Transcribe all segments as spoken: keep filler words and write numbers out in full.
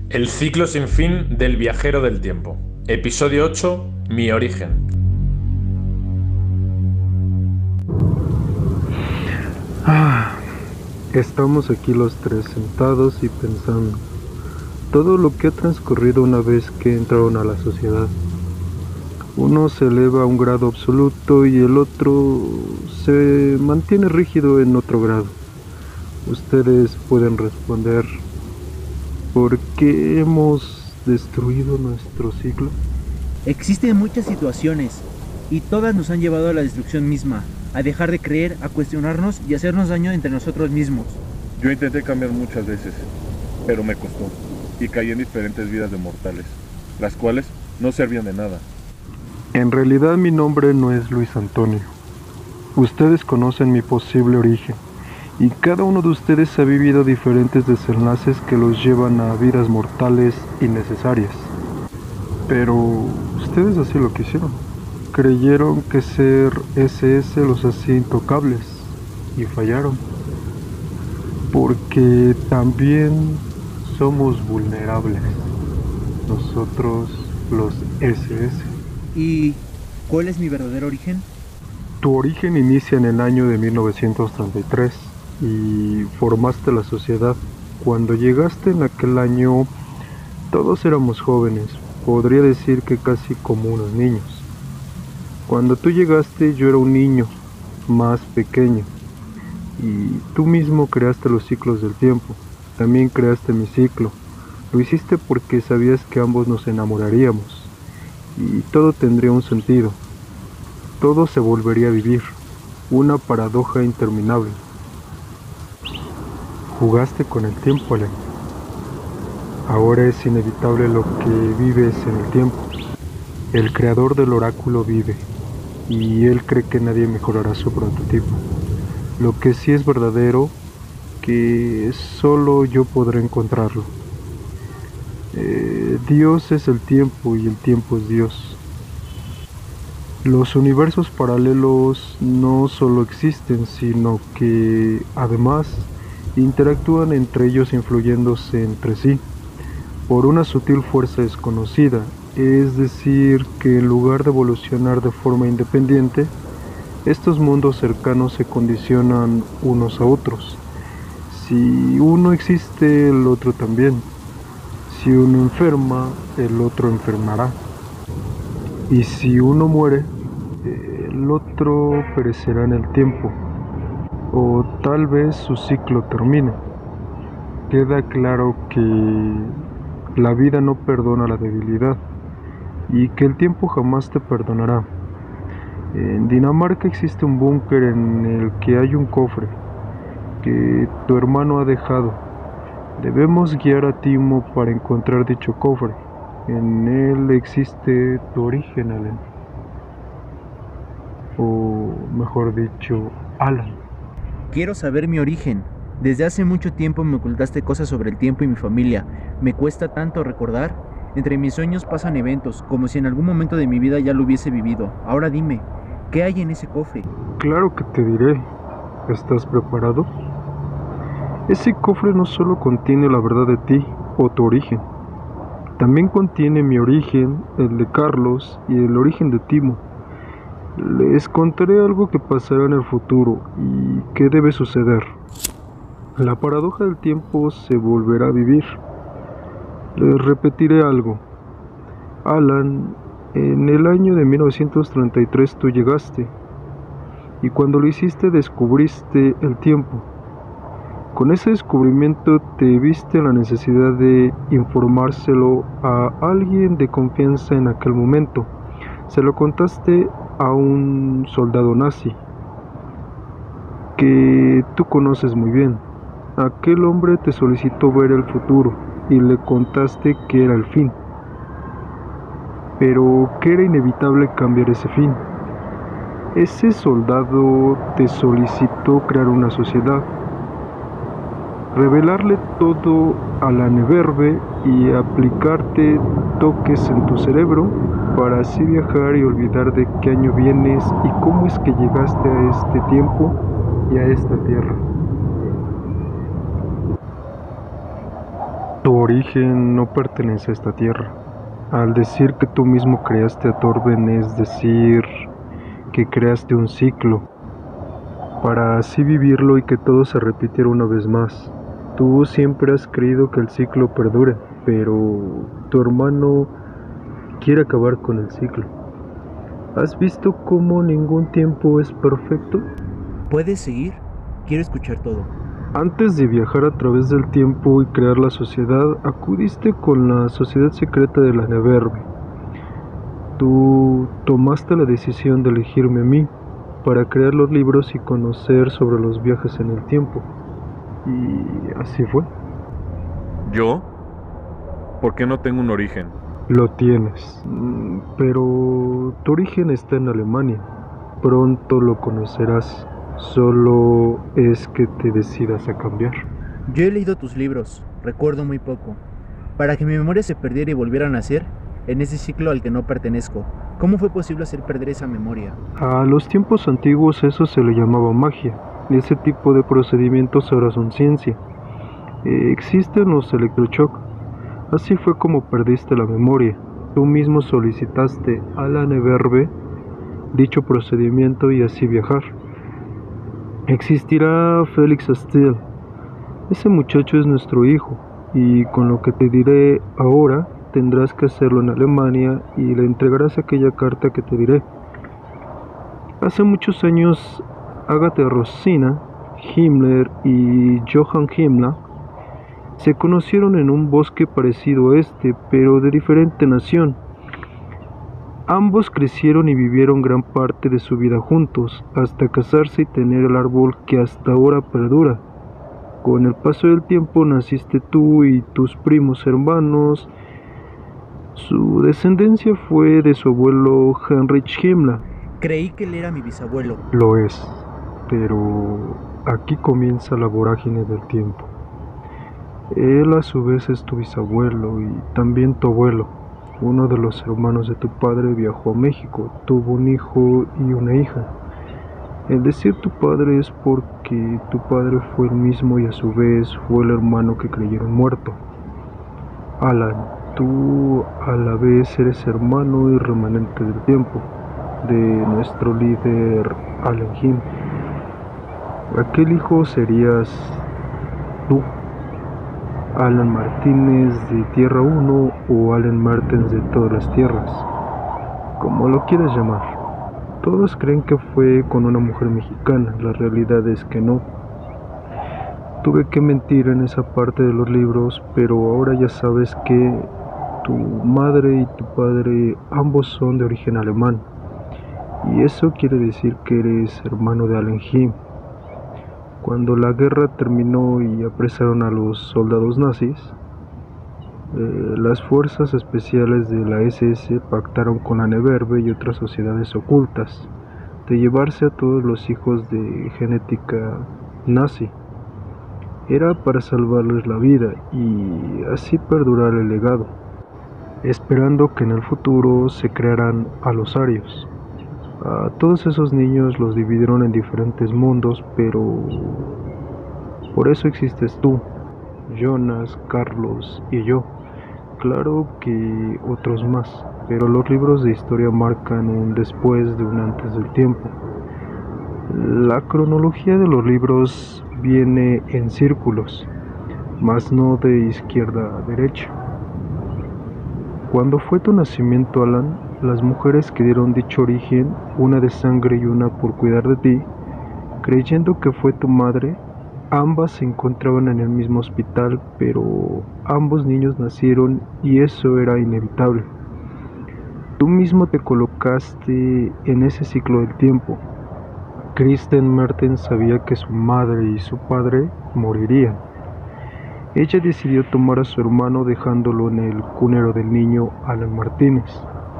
El ciclo sin fin del viajero del tiempo. Episodio ocho. Mi origen. Ah, estamos aquí los tres sentados y pensando todo lo que ha transcurrido una vez que entraron a la sociedad. Uno se eleva a un grado absoluto y el otro se mantiene rígido en otro grado. Ustedes pueden responder, ¿por qué hemos destruido nuestro ciclo? Existen muchas situaciones y todas nos han llevado a la destrucción misma, a dejar de creer, a cuestionarnos y hacernos daño entre nosotros mismos. Yo intenté cambiar muchas veces, pero me costó y caí en diferentes vidas de mortales, las cuales no servían de nada. En realidad mi nombre no es Luis Antonio. Ustedes conocen mi posible origen y cada uno de ustedes ha vivido diferentes desenlaces que los llevan a vidas mortales innecesarias. Pero ustedes así lo quisieron. Creyeron que ser ese ese los hacía intocables y fallaron. Porque también somos vulnerables, nosotros los ese ese. ¿Y cuál es mi verdadero origen? Tu origen inicia en el año de mil novecientos treinta y tres y formaste la sociedad. Cuando llegaste en aquel año, todos éramos jóvenes, podría decir que casi como unos niños. Cuando tú llegaste yo era un niño, más pequeño, y tú mismo creaste los ciclos del tiempo, también creaste mi ciclo. Lo hiciste porque sabías que ambos nos enamoraríamos, y todo tendría un sentido. Todo se volvería a vivir, una paradoja interminable. Jugaste con el tiempo, Alen. Ahora es inevitable lo que vives en el tiempo. El creador del oráculo vive, y él cree que nadie mejorará su prototipo. Lo que sí es verdadero, que solo yo podré encontrarlo. Eh, Dios es el tiempo y el tiempo es Dios. Los universos paralelos no solo existen, sino que, además, interactúan entre ellos influyéndose entre sí por una sutil fuerza desconocida, es decir, que en lugar de evolucionar de forma independiente, estos mundos cercanos se condicionan unos a otros. Si uno existe, el otro también. Si uno enferma, el otro enfermará. Y si uno muere, el otro perecerá en el tiempo, o tal vez su ciclo termine. Queda claro que la vida no perdona la debilidad y que el tiempo jamás te perdonará. En Dinamarca existe un búnker en el que hay un cofre que tu hermano ha dejado. Debemos guiar a Timo para encontrar dicho cofre. En él existe tu origen, Alan. O mejor dicho, Alan. Quiero saber mi origen. Desde hace mucho tiempo me ocultaste cosas sobre el tiempo y mi familia. Me cuesta tanto recordar. Entre mis sueños pasan eventos, como si en algún momento de mi vida ya lo hubiese vivido. Ahora dime, ¿qué hay en ese cofre? Claro que te diré. ¿Estás preparado? Ese cofre no solo contiene la verdad de ti o tu origen, también contiene mi origen, el de Carlos y el origen de Timo. Les contaré algo que pasará en el futuro y que debe suceder. La paradoja del tiempo se volverá a vivir. Les repetiré algo. Alan, en el año de mil novecientos treinta y tres tú llegaste, y cuando lo hiciste descubriste el tiempo. Con ese descubrimiento te viste la necesidad de informárselo a alguien de confianza en aquel momento. Se lo contaste a un soldado nazi que tú conoces muy bien. Aquel hombre te solicitó ver el futuro y le contaste que era el fin, pero que era inevitable cambiar ese fin. Ese soldado te solicitó crear una sociedad, revelarle todo a la Neverve y aplicarte toques en tu cerebro para así viajar y olvidar de qué año vienes y cómo es que llegaste a este tiempo y a esta tierra. Tu origen no pertenece a esta tierra. Al decir que tú mismo creaste a Torben, es decir, que creaste un ciclo, para así vivirlo y que todo se repitiera una vez más. Tú siempre has creído que el ciclo perdure, pero tu hermano quiere acabar con el ciclo. ¿Has visto cómo ningún tiempo es perfecto? ¿Puedes seguir? Quiero escuchar todo. Antes de viajar a través del tiempo y crear la sociedad, acudiste con la sociedad secreta de la Neverve. Tú tomaste la decisión de elegirme a mí para crear los libros y conocer sobre los viajes en el tiempo. Y así fue. ¿Yo? ¿Por qué no tengo un origen? Lo tienes, mm, pero tu origen está en Alemania. Pronto lo conocerás. Solo es que te decidas a cambiar. Yo he leído tus libros, recuerdo muy poco. Para que mi memoria se perdiera y volviera a nacer, en ese ciclo al que no pertenezco, ¿cómo fue posible hacer perder esa memoria? A los tiempos antiguos eso se le llamaba magia. Ese tipo de procedimientos ahora son ciencia. Eh, existen los electroshock. Así fue como perdiste la memoria. Tú mismo solicitaste a la Neverve dicho procedimiento y así viajar. Existirá Félix Astil. Ese muchacho es nuestro hijo, y con lo que te diré ahora, tendrás que hacerlo en Alemania y le entregarás aquella carta que te diré. Hace muchos años, Agatha Rosina, Himmler y Johann Himmler se conocieron en un bosque parecido a este, pero de diferente nación. Ambos crecieron y vivieron gran parte de su vida juntos, hasta casarse y tener el árbol que hasta ahora perdura. Con el paso del tiempo naciste tú y tus primos hermanos. Su descendencia fue de su abuelo Heinrich Himmler. Creí que él era mi bisabuelo. Lo es, pero aquí comienza la vorágine del tiempo. Él a su vez es tu bisabuelo y también tu abuelo. Uno de los hermanos de tu padre viajó a México, tuvo un hijo y una hija. El decir tu padre es porque tu padre fue el mismo y a su vez fue el hermano que creyeron muerto. Alan, tú a la vez eres hermano y remanente del tiempo de nuestro líder Alan Jim. Aquel hijo serías tú, Alan Martínez de Tierra uno o Alan Martens de todas las tierras, como lo quieras llamar. Todos creen que fue con una mujer mexicana, la realidad es que no. Tuve que mentir en esa parte de los libros, pero ahora ya sabes que tu madre y tu padre ambos son de origen alemán, y eso quiere decir que eres hermano de Alan Jim. Cuando la guerra terminó y apresaron a los soldados nazis, eh, las fuerzas especiales de la ese ese pactaron con la Neverve y otras sociedades ocultas de llevarse a todos los hijos de genética nazi. Era para salvarles la vida y así perdurar el legado, esperando que en el futuro se crearan a los arios. A todos esos niños los dividieron en diferentes mundos, pero por eso existes tú, Jonas, Carlos y yo. Claro que otros más, pero los libros de historia marcan un después de un antes del tiempo. La cronología de los libros viene en círculos, mas no de izquierda a derecha. Cuando fue tu nacimiento, Alan, las mujeres que dieron dicho origen, una de sangre y una por cuidar de ti, creyendo que fue tu madre, ambas se encontraban en el mismo hospital, pero ambos niños nacieron y eso era inevitable. Tú mismo te colocaste en ese ciclo del tiempo. Kristen Mertens sabía que su madre y su padre morirían. Ella decidió tomar a su hermano dejándolo en el cunero del niño Alan Martínez.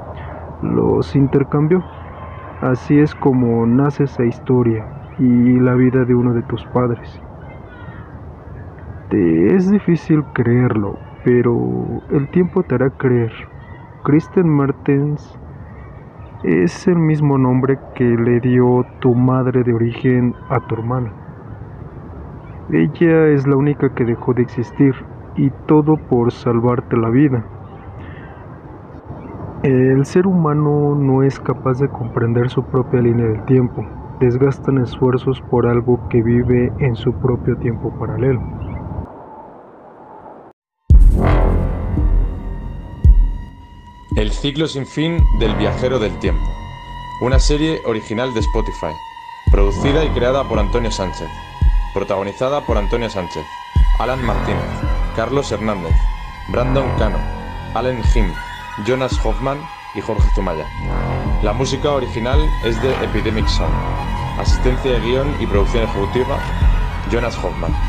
Los intercambió. Así es como nace esa historia y la vida de uno de tus padres. Te es difícil creerlo, pero el tiempo te hará creer. Kristen Mertens es el mismo nombre que le dio tu madre de origen a tu hermana. Ella es la única que dejó de existir, y todo por salvarte la vida. El ser humano no es capaz de comprender su propia línea del tiempo. Desgastan esfuerzos por algo que vive en su propio tiempo paralelo. El ciclo sin fin del viajero del tiempo. Una serie original de Spotify, producida y creada por Antonio Sánchez. Protagonizada por Antonio Sánchez, Alan Martínez, Carlos Hernández, Brandon Cano, Allen Jim, Jonas Hoffman y Jorge Zumaya. La música original es de Epidemic Sound. Asistencia de guión y producción ejecutiva, Jonas Hoffman.